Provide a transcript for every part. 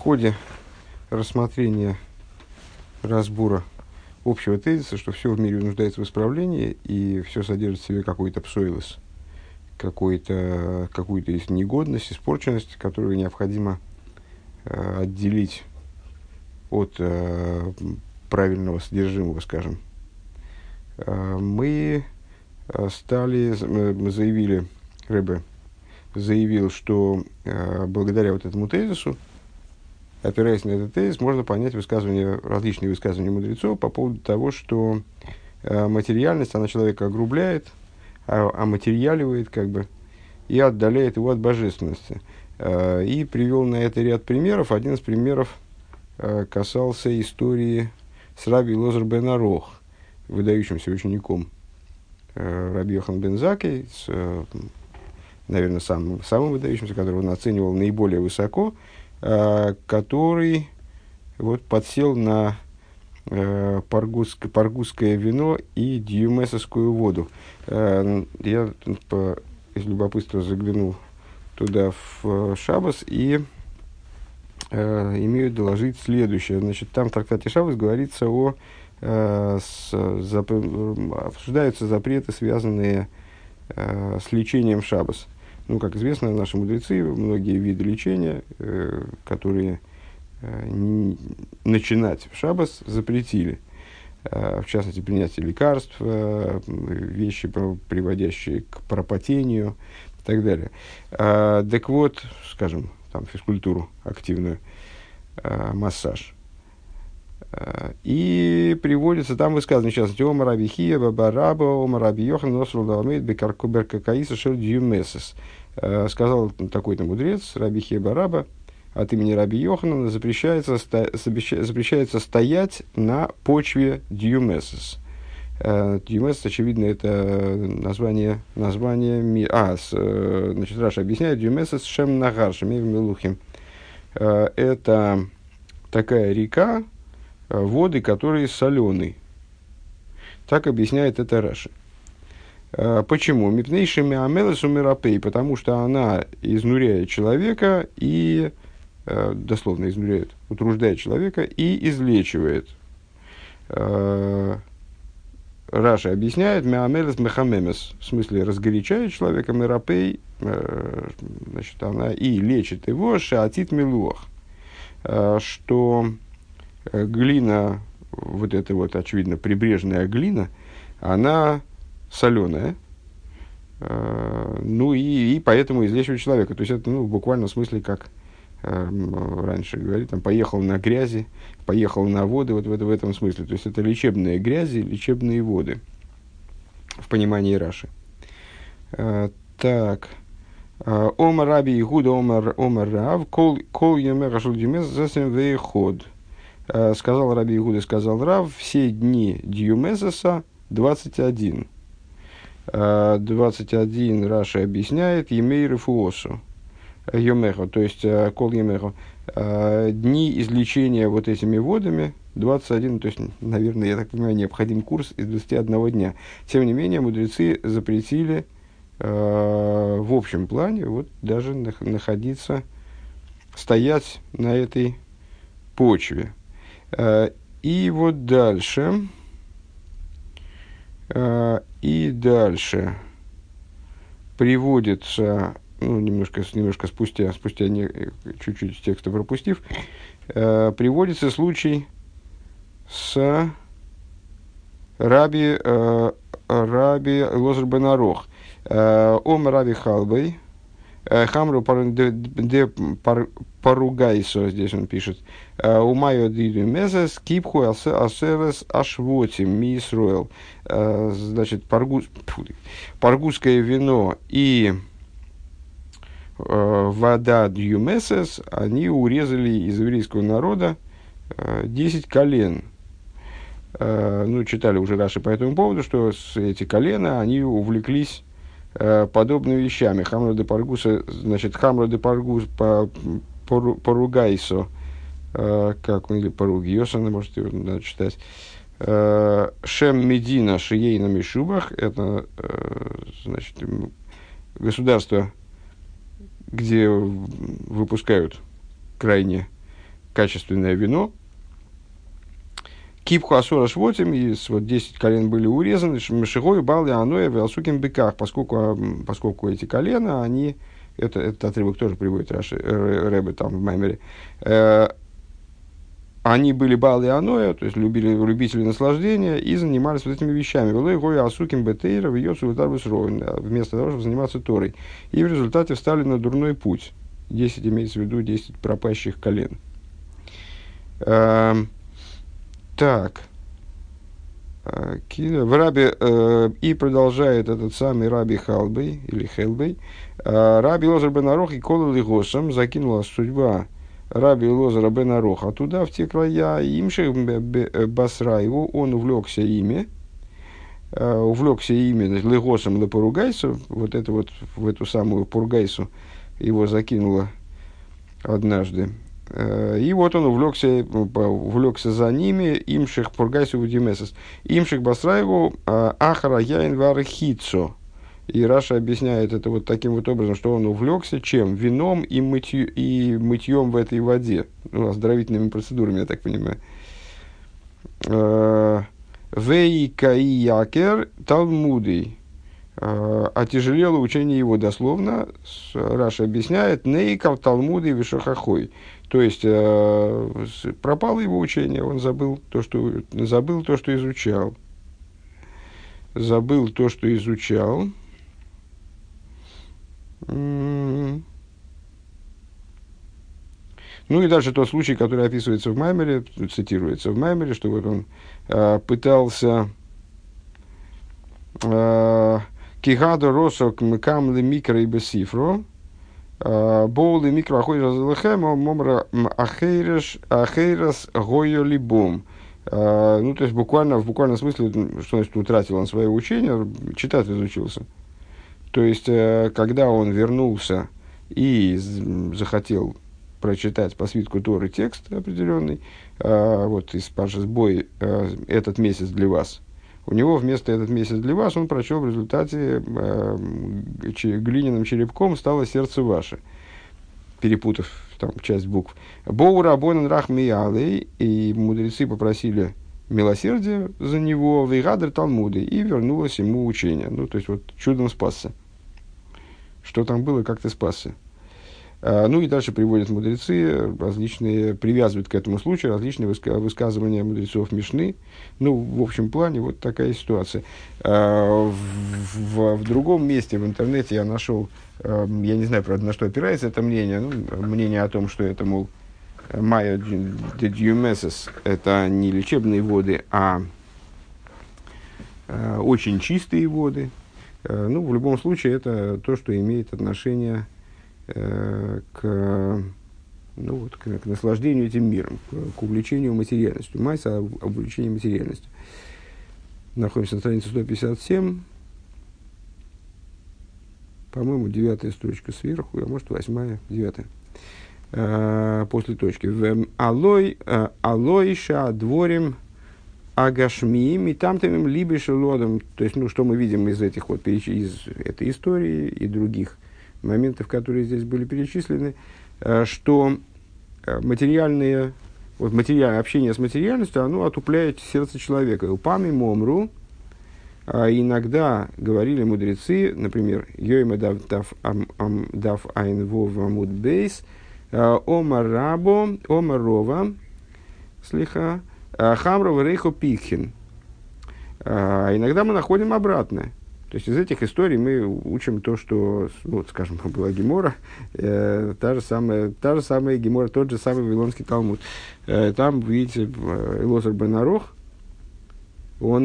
ходе рассмотрения, разбора общего тезиса, что все в мире нуждается в исправлении, и все содержит в себе какой-то псоилос, какую-то негодность, испорченность, которую необходимо отделить от правильного содержимого, скажем. Мы заявили, Ребе заявил, что благодаря вот этому тезису, опираясь на этот тезис, можно понять различные высказывания мудрецов по поводу того, что материальность, она человека огрубляет, оматериаливает, и отдаляет его от божественности. И привел на это ряд примеров. Один из примеров касался истории с Раби Элиэзер бен Арох, выдающимся учеником Раби Йоханан бен Заккай, наверное, самым выдающимся, которого он оценивал наиболее высоко, который подсел на паргузское вино и дьюмесовскую воду. Я из любопытства заглянул туда в Шаббос и имею доложить следующее. Значит, там в трактате Шаббос говорится обсуждаются запреты, связанные с лечением Шаббос. Как известно, наши мудрецы многие виды лечения, которые начинать в Шаббос, запретили. В частности, принятие лекарств, вещи, приводящие к пропотению и так далее. Так вот, скажем, физкультуру активную, массаж. И приводится там высказывание, в частности, «Ома раби Хия бабараба, ома раби Йохан носрул даламейт бекаркуберка каиса шель дьюмесес». Сказал такой-то мудрец, раби Хия бараба, от имени раби Йоханана запрещается стоять на почве дьюмесес. Дьюмесес, очевидно, это название значит, Раша объясняет, дьюмесес шем нагар, шемев мелухим. Это такая река, воды, которые соленые. Так объясняет это Раши. Почему? Мипнейшими амелес умирапей, потому что она изнуряет человека и, дословно изнуряет, утруждает человека и излечивает. Раши объясняет, меамелес мехамемес, в смысле разгорячает человека, мирапей, значит, она и лечит его, шаатит милуах, что глина, вот эта очевидно, прибрежная глина, она соленая, и поэтому излечивает человека. То есть это в буквальном смысле, как раньше говорили, поехал на грязи, поехал на воды, в этом смысле. То есть это лечебные грязи, лечебные воды, в понимании Раши. Так. Омар раби Игуда, омар рав, кол йомер ашел дюмес засем вейход. Сказал раби Игуда, сказал Рав, все дни дьюмесеса 21. 21 Раши объясняет емей рефуосу. Йомехо, то есть кол йомехо. Дни излечения этими водами 21, то есть, наверное, я так понимаю, необходим курс из 21 дня. Тем не менее, мудрецы запретили в общем плане даже находиться, стоять на этой почве. И дальше приводится, немножко спустя чуть-чуть текста пропустив, приводится случай с Раби Элиэзер бен Арох. Ом раби Халбей, Хамру де Паругайсо, здесь он пишет, Умайо диду мезес, кипху асерес ашвотим мисруэл. Значит, паргузское вино и вода дьюмесес, они урезали из еврейского народа 10 колен. Читали уже Раши по этому поводу, что эти колена, они увлеклись подобными вещами. Хамра де Паргуса, значит, Хамра де Паргус Поругайсо, как он, или Поругиоса, может, его надо читать. Шем Медина Шиейна Мишубах, это, значит, государство, где выпускают крайне качественное вино. Кипху асора швотим, и вот 10 колен были урезаны, мешигой бал и аноя в алсуким быках, поскольку эти колена, они, этот отрывок тоже приводит Ребе там в Маймере, они были бал и аноя, то есть любители наслаждения, и занимались вот этими вещами. Велой гоя асуким бетейра в йоцу вместо того, чтобы заниматься Торой. И в результате встали на дурной путь. 10 имеется в виду 10 пропащих колен. Так, в Раби, и продолжает этот самый Раби Халбей, или Хелбей, Раби Лозер бен Арох и Кола Лигошем закинула судьба Раби Лозера бен Ароха туда, в те края, имших Басраеву, он увлекся ими, Лигошем Лепоругайсу, вот это вот, в эту самую Пургайсу его закинуло однажды. И вот он увлекся за ними, имших Пургайсу Вудимесес, имших Басраеву Ахара Яин Вархицо. И Раша объясняет это вот таким вот образом, что он увлекся чем? Вином и мытьем в этой воде. Ну, оздоровительными процедурами, я так понимаю. Вей каи якер талмудей. Отяжелело учение его дословно. Раша объясняет, нейкал талмуды вишахахой. То есть, пропало его учение, он забыл то, что изучал. Забыл то, что изучал. Ну и дальше тот случай, который описывается в Маймере, цитируется в Маймере, что вот он пытался кигадо росок мкам ле микро и бесифро боу ле микро ахойрас лехем момра ахейрас гойо либом. Ну, то есть, в буквальном смысле, что значит, утратил он свое учение, читать изучился. То есть, когда он вернулся и захотел прочитать по свитку Торы текст определенный, вот из Паршас Бой, этот месяц для вас, у него вместо «этот месяц для вас» он прочел в результате глиняным черепком «стало сердце ваше», перепутав там часть букв. «Боу рабонен рахми алей», и мудрецы попросили милосердия за него, «вейгадр талмуды», и вернулось ему учение. Ну, то есть, вот чудом спасся. Что там было, как ты спасся. Ну и дальше приводят мудрецы, различные, привязывают к этому случаю различные высказывания мудрецов Мишны. Ну, в общем плане, вот такая ситуация. В другом месте в интернете я нашел, я не знаю, правда, на что опирается это мнение, мнение о том, что это, мол, Майя Дьюмесес, это не лечебные воды, а очень чистые воды. Ну, в любом случае, это то, что имеет отношение к наслаждению этим миром, к увлечению материальностью. Майса об увлечении материальностью. Находимся на странице 157. По-моему, 9-я строчка сверху, а может 8-я, 9-я. После точки. Алойша дворим агашмиим и там тамим либешелодом. То есть, ну, что мы видим из этих вот из этой истории и других моментов, которые здесь были перечислены, что общение с материальностью, оно отупляет сердце человека. Упами момру, иногда говорили мудрецы, например, Йойма дав айн вов амуд бейс, омар рова, слиха, хамров рейхо пикхин. Иногда мы находим обратное. То есть из этих историй мы учим то, что, ну, скажем, была Гемора, та же самая Гемора, тот же самый Вавилонский Талмуд. Там, видите, Элозер бен Арох, он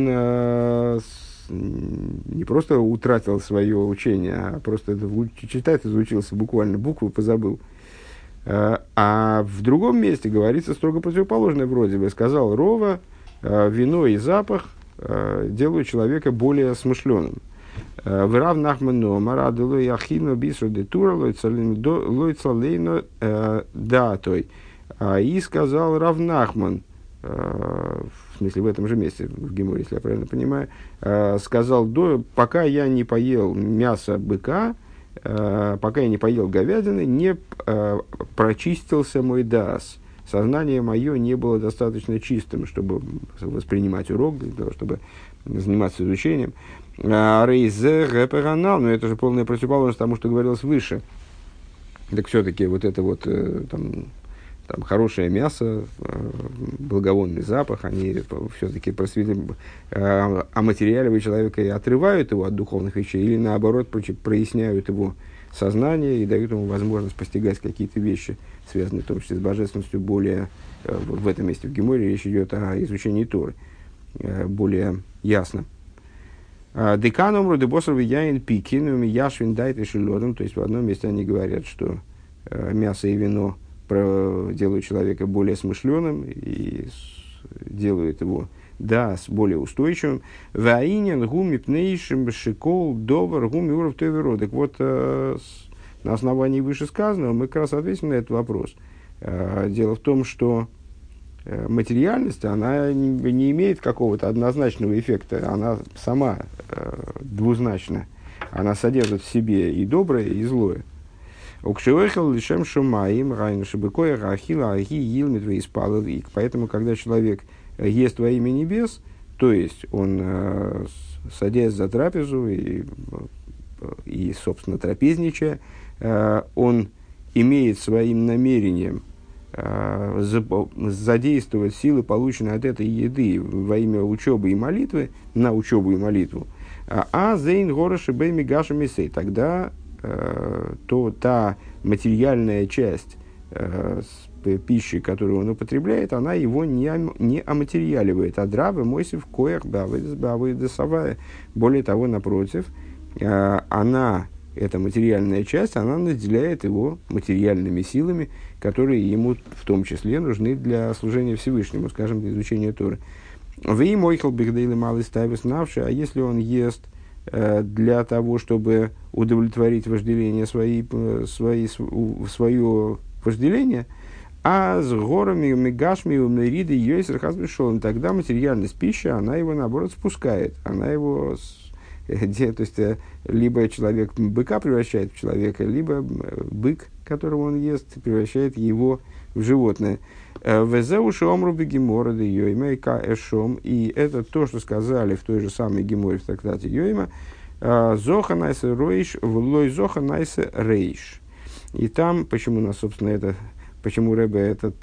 не просто утратил свое учение, а просто читать изучился, буквально букву позабыл. А в другом месте говорится строго противоположное вроде бы. Сказал Рова, вино и запах делают человека более смышленым. Врав Нахману, Марадулу Яхину Бису де Тура, Лойцалейно Датой. И сказал Рав Нахман, в смысле в этом же месте, в Геморе, если я правильно понимаю, сказал, пока я не поел мясо быка, пока я не поел говядины, не прочистился мой даас. сознание мое не было достаточно чистым, чтобы воспринимать урок, для того, чтобы заниматься изучением. Рейзе гэперанал, но это же полная противоположность тому, что говорилось выше. Так все-таки вот это вот там хорошее мясо, благовонный запах, они все-таки оматериаливают человека и отрывают его от духовных вещей, или наоборот проясняют его сознание и дают ему возможность постигать какие-то вещи, связанные в том числе с божественностью, более, в этом месте в Геморе речь идет о изучении Торы, более ясно. Деканом родебосов яин пикин яшвин дайт и шелодом, то есть в одном месте они говорят, что мясо и вино делают человека более смышленым и делают его более устойчивым. Ваинен гуми пнейшим шикол довар гуми уров товеро. Так вот, на основании вышесказанного мы как раз ответим на этот вопрос. Дело в том, что материальность, она не имеет какого-то однозначного эффекта, она сама двузначна, она содержит в себе и доброе, и злое. Поэтому, когда человек ест во имя небес, то есть он, садясь за трапезу и собственно, трапезничая, он имеет своим намерением задействовать силы, полученные от этой еды, во имя учебы и молитвы, на учебу и молитву, зейн гороши бейми гаша мисей, тогда то та материальная часть пищи, которую он употребляет, она его не оматериаливает. Адрабы мойсев коях бавы. Более того, напротив, эта материальная часть, она наделяет его материальными силами, которые ему в том числе нужны для служения Всевышнему, скажем, для изучения Торы. Вы мойхал бигдейлы малый ставис навши, а если он ест для того, чтобы удовлетворить вожделение свое вожделение, а с горами, мегашми, умериды, йойсер хазбешолом, тогда материальность пищи, она его, наоборот, спускает, она его, то есть, либо человек быка превращает в человека, либо бык, которого он ест, превращает его в животное. Везеуши омрубы гемора де йойма и ка эшом. И это то, что сказали в той же самой геморе в трактате йойма. Зоха найсе рейш, влой зоха найсе рейш. И там, почему нас, собственно, почему Ребе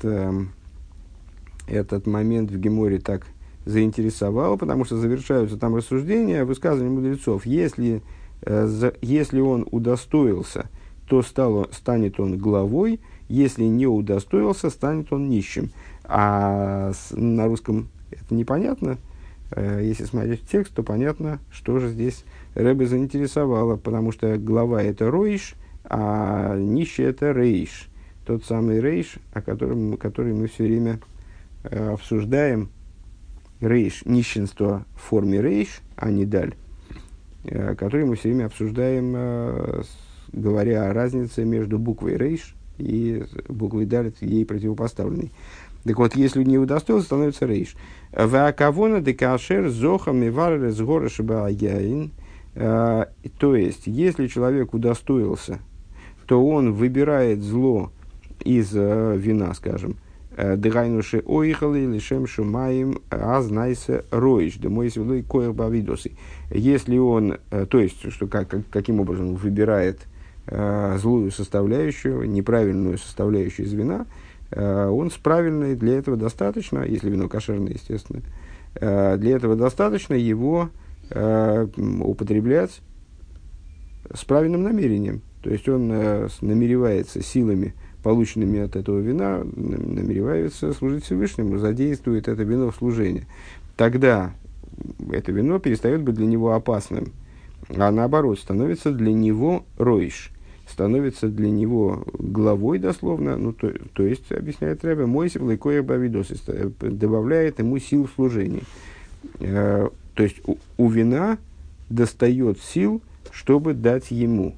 этот момент в геморе так заинтересовал, потому что завершаются там рассуждения, высказывания мудрецов. Если он удостоился, то станет он главой, если не удостоился, станет он нищим. А на русском это непонятно. Если смотреть текст, то понятно, что же здесь Ребе заинтересовало, потому что глава это Роиш, а нищий это Рейш. Тот самый Рейш, который мы все время обсуждаем. Рейш, нищенство в форме Рейш, а не Даль, который мы все время обсуждаем, говоря о разнице между буквой Рейш и буквой Даль, ей противопоставленной. Так вот, если не удостоился, становится Рейш. Ваакавона декашер зохам и варрес горошеба аяин. То есть, если человек удостоился, то он выбирает зло из вина, скажем. Дыгайнуши ойхалы лишем шумаем азнайся роиш, да мой святой коер бавидосы. Если он, то есть, что каким образом он выбирает злую составляющую, неправильную составляющую из вина, он с правильной, для этого достаточно, если вино кошерное, естественно, для этого достаточно его употреблять с правильным намерением. То есть он намеревается силами, полученными от этого вина, намеревается служить Всевышнему, задействует это вино в служение. Тогда это вино перестает быть для него опасным, а наоборот, становится для него роиш, становится для него главой дословно, то есть, объясняет Ребе, мойсев лейкоя бавидос, добавляет ему сил в служении. То есть у вина достает сил, чтобы дать ему.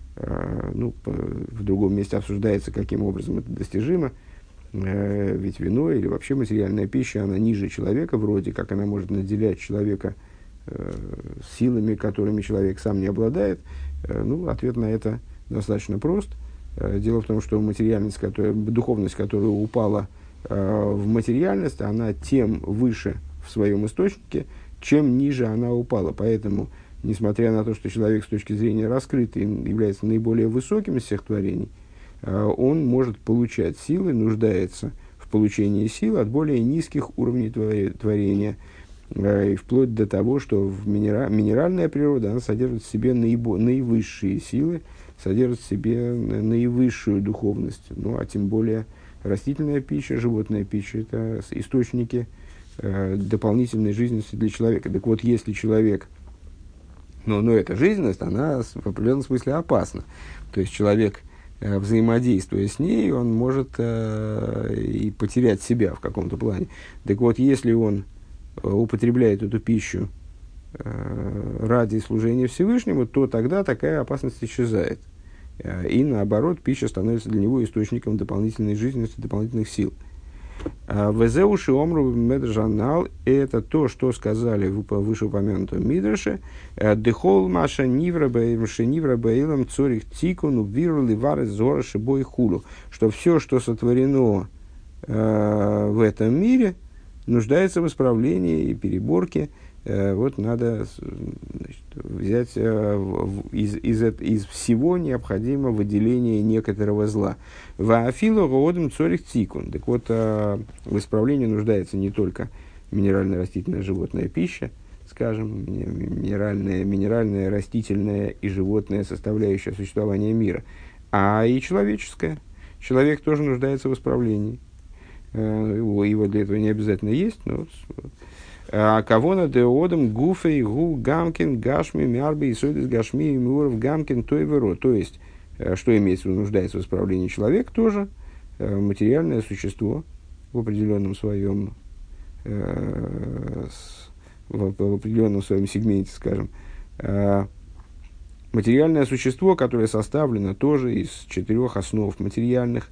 В другом месте обсуждается, каким образом это достижимо. Ведь вино или вообще материальная пища, она ниже человека, вроде как она может наделять человека силами, которыми человек сам не обладает. Ответ на это достаточно прост. Дело в том, что материальность, духовность, которая упала в материальность, она тем выше в своем источнике, чем ниже она упала. Поэтому, несмотря на то, что человек с точки зрения раскрытый является наиболее высоким из всех творений, он может получать силы, нуждается в получении сил от более низких уровней творения, и вплоть до того, что минеральная природа она содержит в себе наивысшие силы, содержит в себе наивысшую духовность. Ну, а тем более растительная пища, животная пища – это источники дополнительной жизненности для человека. Так вот, если человек, но эта жизненность, она в определенном смысле опасна. То есть человек, взаимодействуя с ней, он может и потерять себя в каком-то плане. Так вот, если он употребляет эту пищу ради служения Всевышнему, то тогда такая опасность исчезает. И наоборот, пища становится для него источником дополнительной жизненности, дополнительных сил. Везеуши омру медржанал – это то, что сказали в вышеупомянутом мидрше. Дехол маша нивра бейлам цорих тикуну виру ливары зора шибой хулу. Что все, что сотворено в этом мире, нуждается в исправлении и переборке. Вот надо, значит, взять из всего необходимо выделение некоторого зла. Ваафилу роодом цорих цикун. Так вот, в исправлении нуждается не только минеральная, растительная, животная пища, скажем, минеральная, растительная и животная составляющая существования мира, а и человеческая. Человек тоже нуждается в исправлении. Его для этого не обязательно есть, но кавона деодам гуфей гу гамкин гашми мярби и сойдес гашми муров гамкин той веро. То есть, что имеется в виду, нуждается в исправлении человек тоже, материальное существо в определенном своем сегменте, скажем, материальное существо, которое составлено тоже из 4 основ материальных: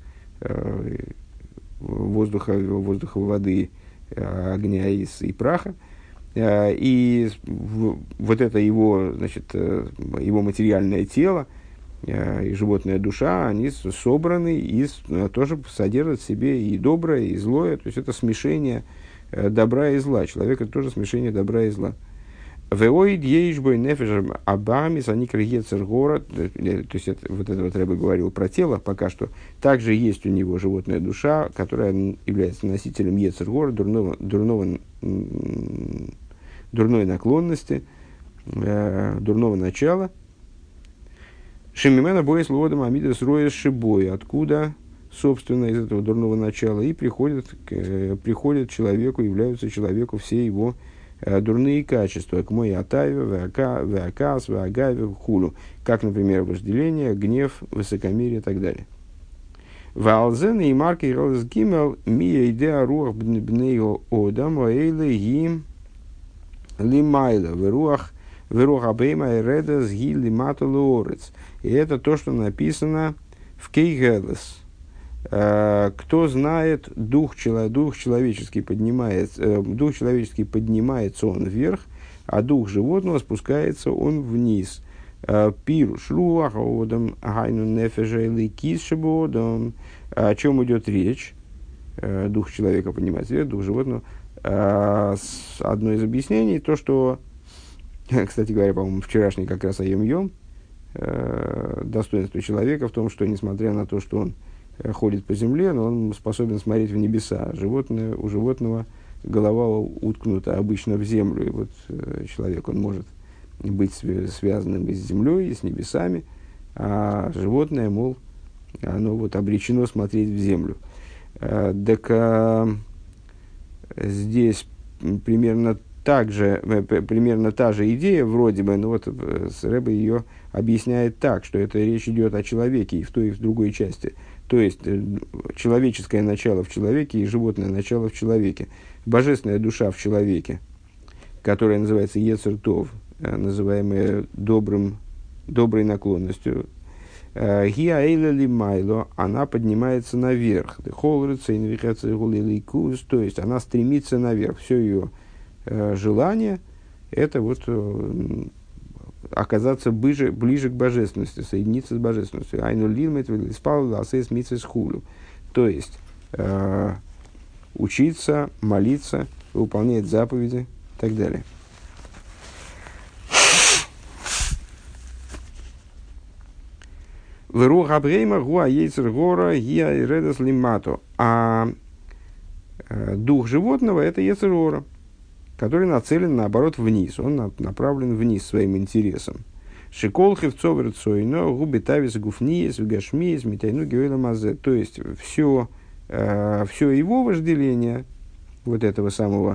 воздуха, воды, огня и праха. И вот это его, значит, его материальное тело и животная душа, они собраны и тоже содержат в себе и доброе, и злое. То есть это смешение добра и зла. Человек — это тоже смешение добра и зла. Веоид ейшбой нефешем абамис, они крегецер город. То есть вот это вот Рэбе говорил про тело пока что. Также есть у него животная душа, которая является носителем ецер гора, дурной наклонности, дурного начала. Шемимена боис лодом амидас роес шибой. Откуда, собственно, из этого дурного начала и приходят человеку, являются человеку все его дурные качества, к мой атайве, веакас, веагайве, хулу, как, например, вожделение, гнев, высокомерие и так далее. Валзен и марки ролс гимел мия идея руах бнейл одам ваэйле гим лимайла веруах абейма и реда сги лимата лоорец. И это то, что написано в Кейгелес. Кто знает, дух человеческий поднимается он вверх, а дух животного спускается он вниз. Пируш руах одам гайну нефежейли кисшебодам. О чем идет речь? Дух человека поднимается вверх, дух животного. Одно из объяснений то, что, кстати говоря, по-моему, вчерашний как раз Айом-Йом, достоинство человека в том, что несмотря на то, что он ходит по земле, но он способен смотреть в небеса. У животного голова уткнута обычно в землю. И вот человек, он может быть связанным и с землей, и с небесами, а животное, мол, оно вот обречено смотреть в землю. Здесь примерно та же идея, вроде бы, но вот Рэбе ее объясняет так, что это речь идет о человеке и в той, и в другой части. То есть, человеческое начало в человеке и животное начало в человеке. Божественная душа в человеке, которая называется Ецер Тов, называемая доброй наклонностью. Гиаэйла майло, она поднимается наверх. То есть, она стремится наверх. Все ее желание – это вот оказаться ближе к божественности, соединиться с божественностью. Айну лилмет спал ласес митсес хулю. То есть, учиться, молиться, выполнять заповеди и так далее. Веруха брейма гуа ейцер гора гиа и редас лимато. А дух животного – это ейцер гора, который нацелен, наоборот, вниз. Он направлен вниз своим интересом. Шикол хевцов рцойно губи тавис гуфниес вгашмиес митайну гевела мазе. То есть, все его вожделение, вот этого самого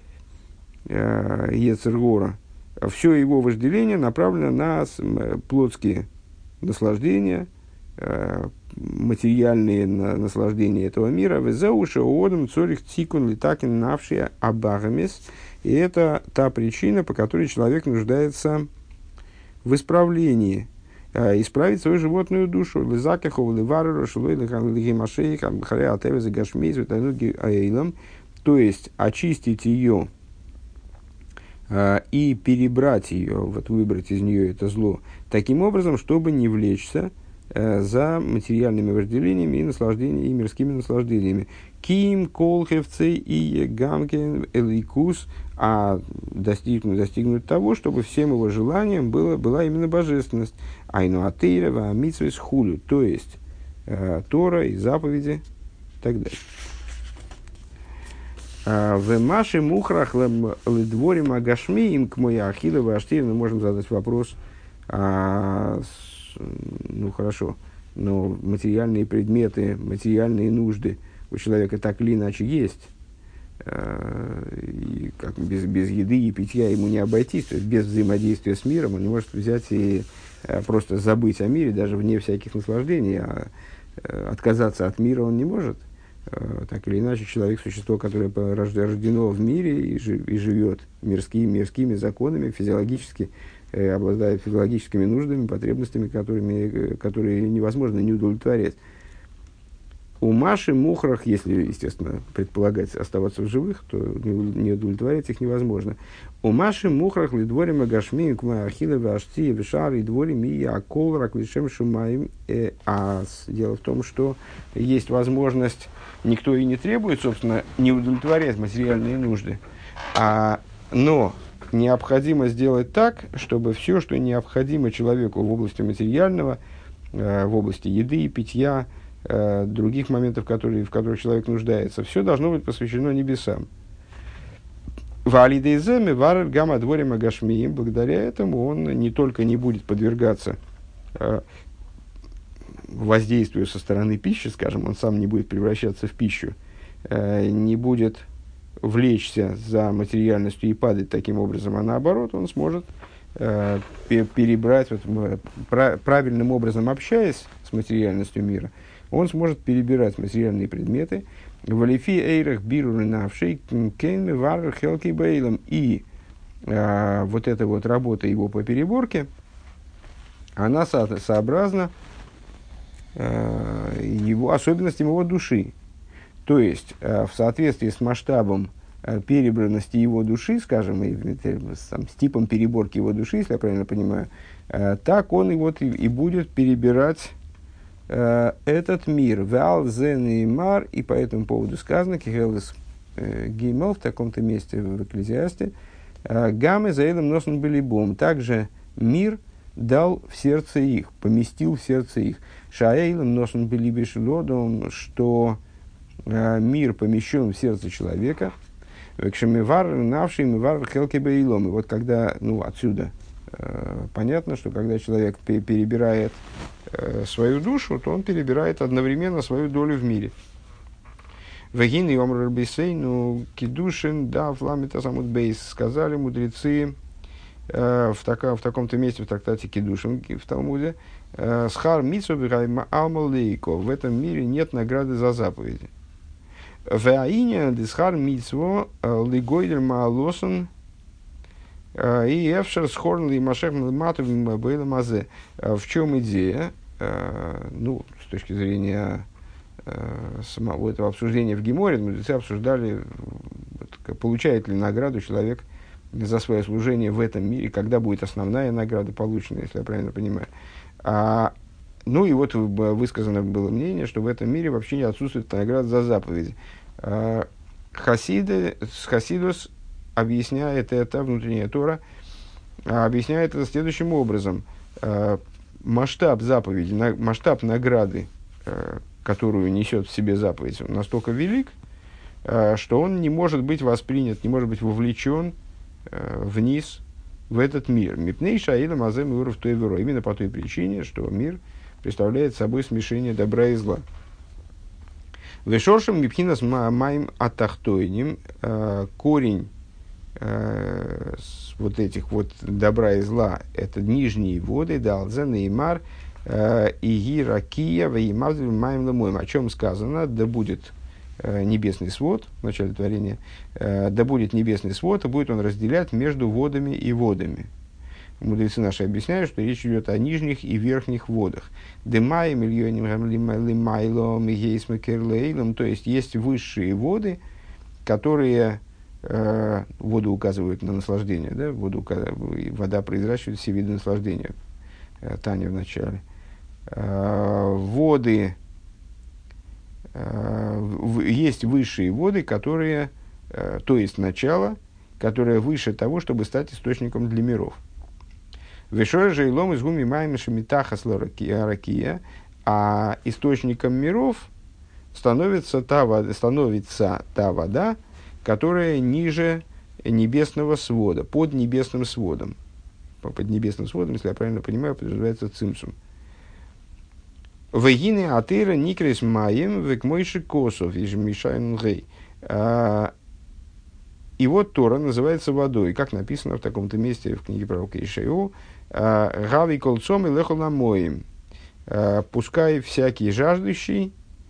ейцер гора, все его вожделение направлено на плотские наслаждения, материальные наслаждения этого мира. Везеуша одам цорих цикун литакин навшия абагамис. И это та причина, по которой человек нуждается в исправлении, исправить свою животную душу. То есть, очистить ее и перебрать ее, вот выбрать из нее это зло, таким образом, чтобы не влечься за материальными вожделениями и наслаждениями, и мирскими наслаждениями. Ким, колхевцы и гамкен, эликус, а достигнуть того, чтобы всем его желанием была именно божественность. Айну атеева, митсвес хулю, то есть Тора и заповеди и так далее. В Маше Мухрах Ледворим Агашмиим к моей Ахилова Аштирину можем задать вопрос. Ну хорошо, но материальные предметы, материальные нужды у человека так или иначе есть. И как без еды и питья ему не обойтись. То есть без взаимодействия с миром он не может взять и просто забыть о мире, даже вне всяких наслаждений. А отказаться от мира он не может. Так или иначе, человек – существо, которое рождено в мире и живет мирскими законами, физиологически, обладает физиологическими нуждами, потребностями, которые невозможно не удовлетворять. У Маши Мухрах, если, естественно, предполагать оставаться в живых, то не удовлетворять их невозможно. У Маши Мухрах лидворим агашмием кма ахилла ашти вешар и дворим и акол рак лишем шумаем ас. Дело в том, что есть возможность, никто и не требует, собственно, не удовлетворять материальные нужды, но необходимо сделать так, чтобы все, что необходимо человеку в области материального, в области еды и питья, других моментов, в которых человек нуждается, все должно быть посвящено небесам. Благодаря этому он не только не будет подвергаться воздействию со стороны пищи, скажем, он сам не будет превращаться в пищу, не будет влечься за материальностью и падать таким образом, а наоборот, он сможет перебрать, правильным образом общаясь с материальностью мира, он сможет перебирать материальные предметы. Валифи эйрах биру навшей кейнми вар хелки бейлом. И вот эта вот работа его по переборке, она сообразна его особенностям его души. То есть, в соответствии с масштабом перебранности его души, скажем, с типом переборки его души, если я правильно понимаю, так он и будет перебирать этот мир. Вал зен и мар, и по этому поводу сказано, кихелес гимел, в таком-то месте в Экклезиасте, гамы заэлем носен белибом. Также мир дал в сердце их, поместил в сердце их. Шаэйлем носен белибишилодом, что мир помещен в сердце человека. Кшемивар навший мивар хелки бейлом. И вот когда, отсюда понятно, что когда человек перебирает свою душу, то он перебирает одновременно свою долю в мире. Вегин и омр бейсейну кидушин да фламита самут бейс. Сказали мудрецы в таком-то месте в трактате Кидушин в Талмуде: схар митсу бирайма алмалейко. В этом мире нет награды за заповеди. Веаиня дисхар митсво лигойдер маалосан и эфшер схорн ли машех матов бейла мазе. В чем идея? С точки зрения самого этого обсуждения в Геморе, мудрецы обсуждали, получает ли награду человек за свое служение в этом мире, когда будет основная награда получена, если я правильно понимаю. И вот высказано было мнение, что в этом мире вообще не отсутствует награда за заповеди. Хасидус объясняет это, внутренняя Тора, объясняет это следующим образом. Масштаб заповеди, масштаб награды, которую несет в себе заповедь, он настолько велик, что он не может быть воспринят, не может быть вовлечен вниз в этот мир. Мипней шаилам азем и уров тойверо. Именно по той причине, что мир представляет собой смешение добра и зла. Вешоршем мипхинас маим атахтойним, корень вот этих вот добра и зла, это нижние воды, далзен и мар, иги ракия, ваимавзель маим ламоем. О чем сказано, да будет небесный свод, в начале творения, да будет небесный свод, и будет он разделять между водами и водами. Мудрецы наши объясняют, что речь идет о нижних и верхних водах. Демай, миллионим, лимайлом, гейсмакерлейлом, то есть есть высшие воды, которые воду указывают на наслаждение, да? Вода произращивает все виды наслаждения. Таня в начале. Воды, есть высшие воды, которые, то есть начало, которое выше того, чтобы стать источником для миров. Вешой же илом из гуми маем шемитахас ракия, а источником миров становится та вода, которая ниже небесного свода, под небесным сводом. Под небесным сводом, если я правильно понимаю, подразумевается цимсум. Вегины атыра никрис маем векмойши косов, ежемишайн гей. И вот Тора называется водой, как написано в таком-то месте в книге пророка Ишайяу, «Гави колцом и лехол намоим». Пускай всякий жаждущий,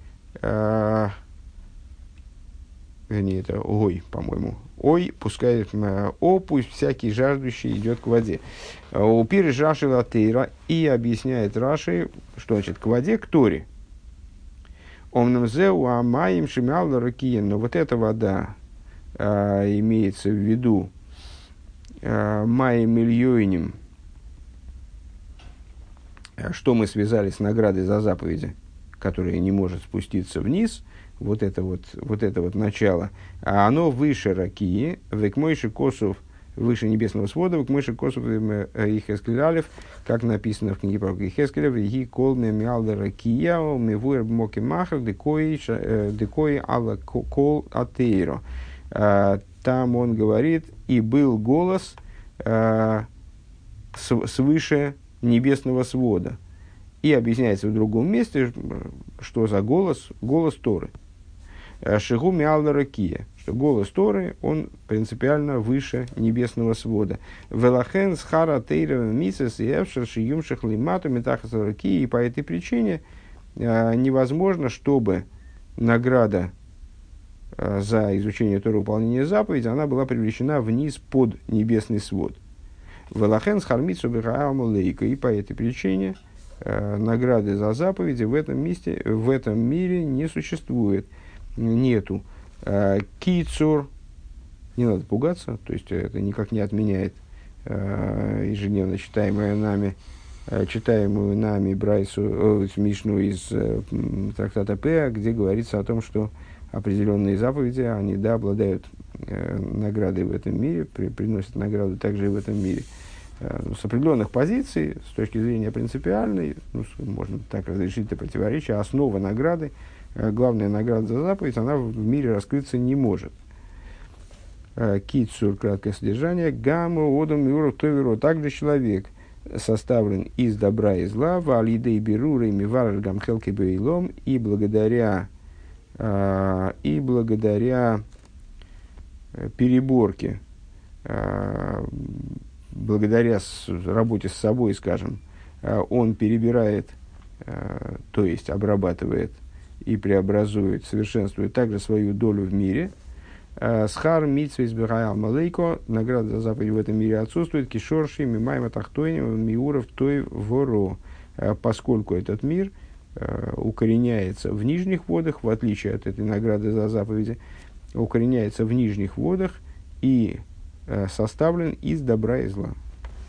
вернее, это ой, по-моему, ой, пускай, пусть всякий жаждущий идет к воде. Упир Раши латейра, и объясняет Раши, что значит к воде, к Торе. Омнамзеу амаим шималла ракиен, но вот эта вода, имеется в виду маем ильёйним, что мы связали с наградой за заповеди, которая не может спуститься вниз, вот это вот начало, а оно выше ракии, векмойши косов, выше небесного свода, векмойши косов ихескелялев, как написано в книге пророка Ихескеля, веги колме миалда ракия, мивуэр моки махар, декои алла кол атейро. Там он говорит, и был голос свыше небесного свода. И объясняется в другом месте, что за голос, голос Торы. Шигу миалда ракия, что голос Торы, он принципиально выше небесного свода. Велахен схара тейра мисес и эвшер шиюм шахлимату метахас ракии. И по этой причине невозможно, чтобы награда за изучение Торы, выполнение заповедей, она была привлечена вниз под небесный свод. Велахен схармитсу бихааму лейка. И по этой причине награды за заповеди в этом мире не существует. Нету. Кицур, не надо пугаться, то есть это никак не отменяет ежедневно читаемую нами Брайсу, Мишну из трактата Пеа, где говорится о том, что определенные заповеди, они, да, обладают наградой в этом мире, приносят награду также и в этом мире. С определенных позиций, с точки зрения принципиальной, можно так разрешить это противоречие, основа награды, главная награда за заповедь, она в мире раскрыться не может. Китсур, краткое содержание, гамма, одам, юров, товеро. Также человек составлен из добра и зла, валидей берурой мивар гамхелки бейлом, и благодаря переборке, благодаря работе с собой, скажем, он перебирает, то есть обрабатывает и преобразует, совершенствует также свою долю в мире. Схар митсвейс бихаял малейко, награда за заповедь в этом мире отсутствует, кишорши мимайма тахтойним миуров той воро, поскольку этот мир укореняется в нижних водах, в отличие от этой награды за заповеди, укореняется в нижних водах и составлен из добра и зла.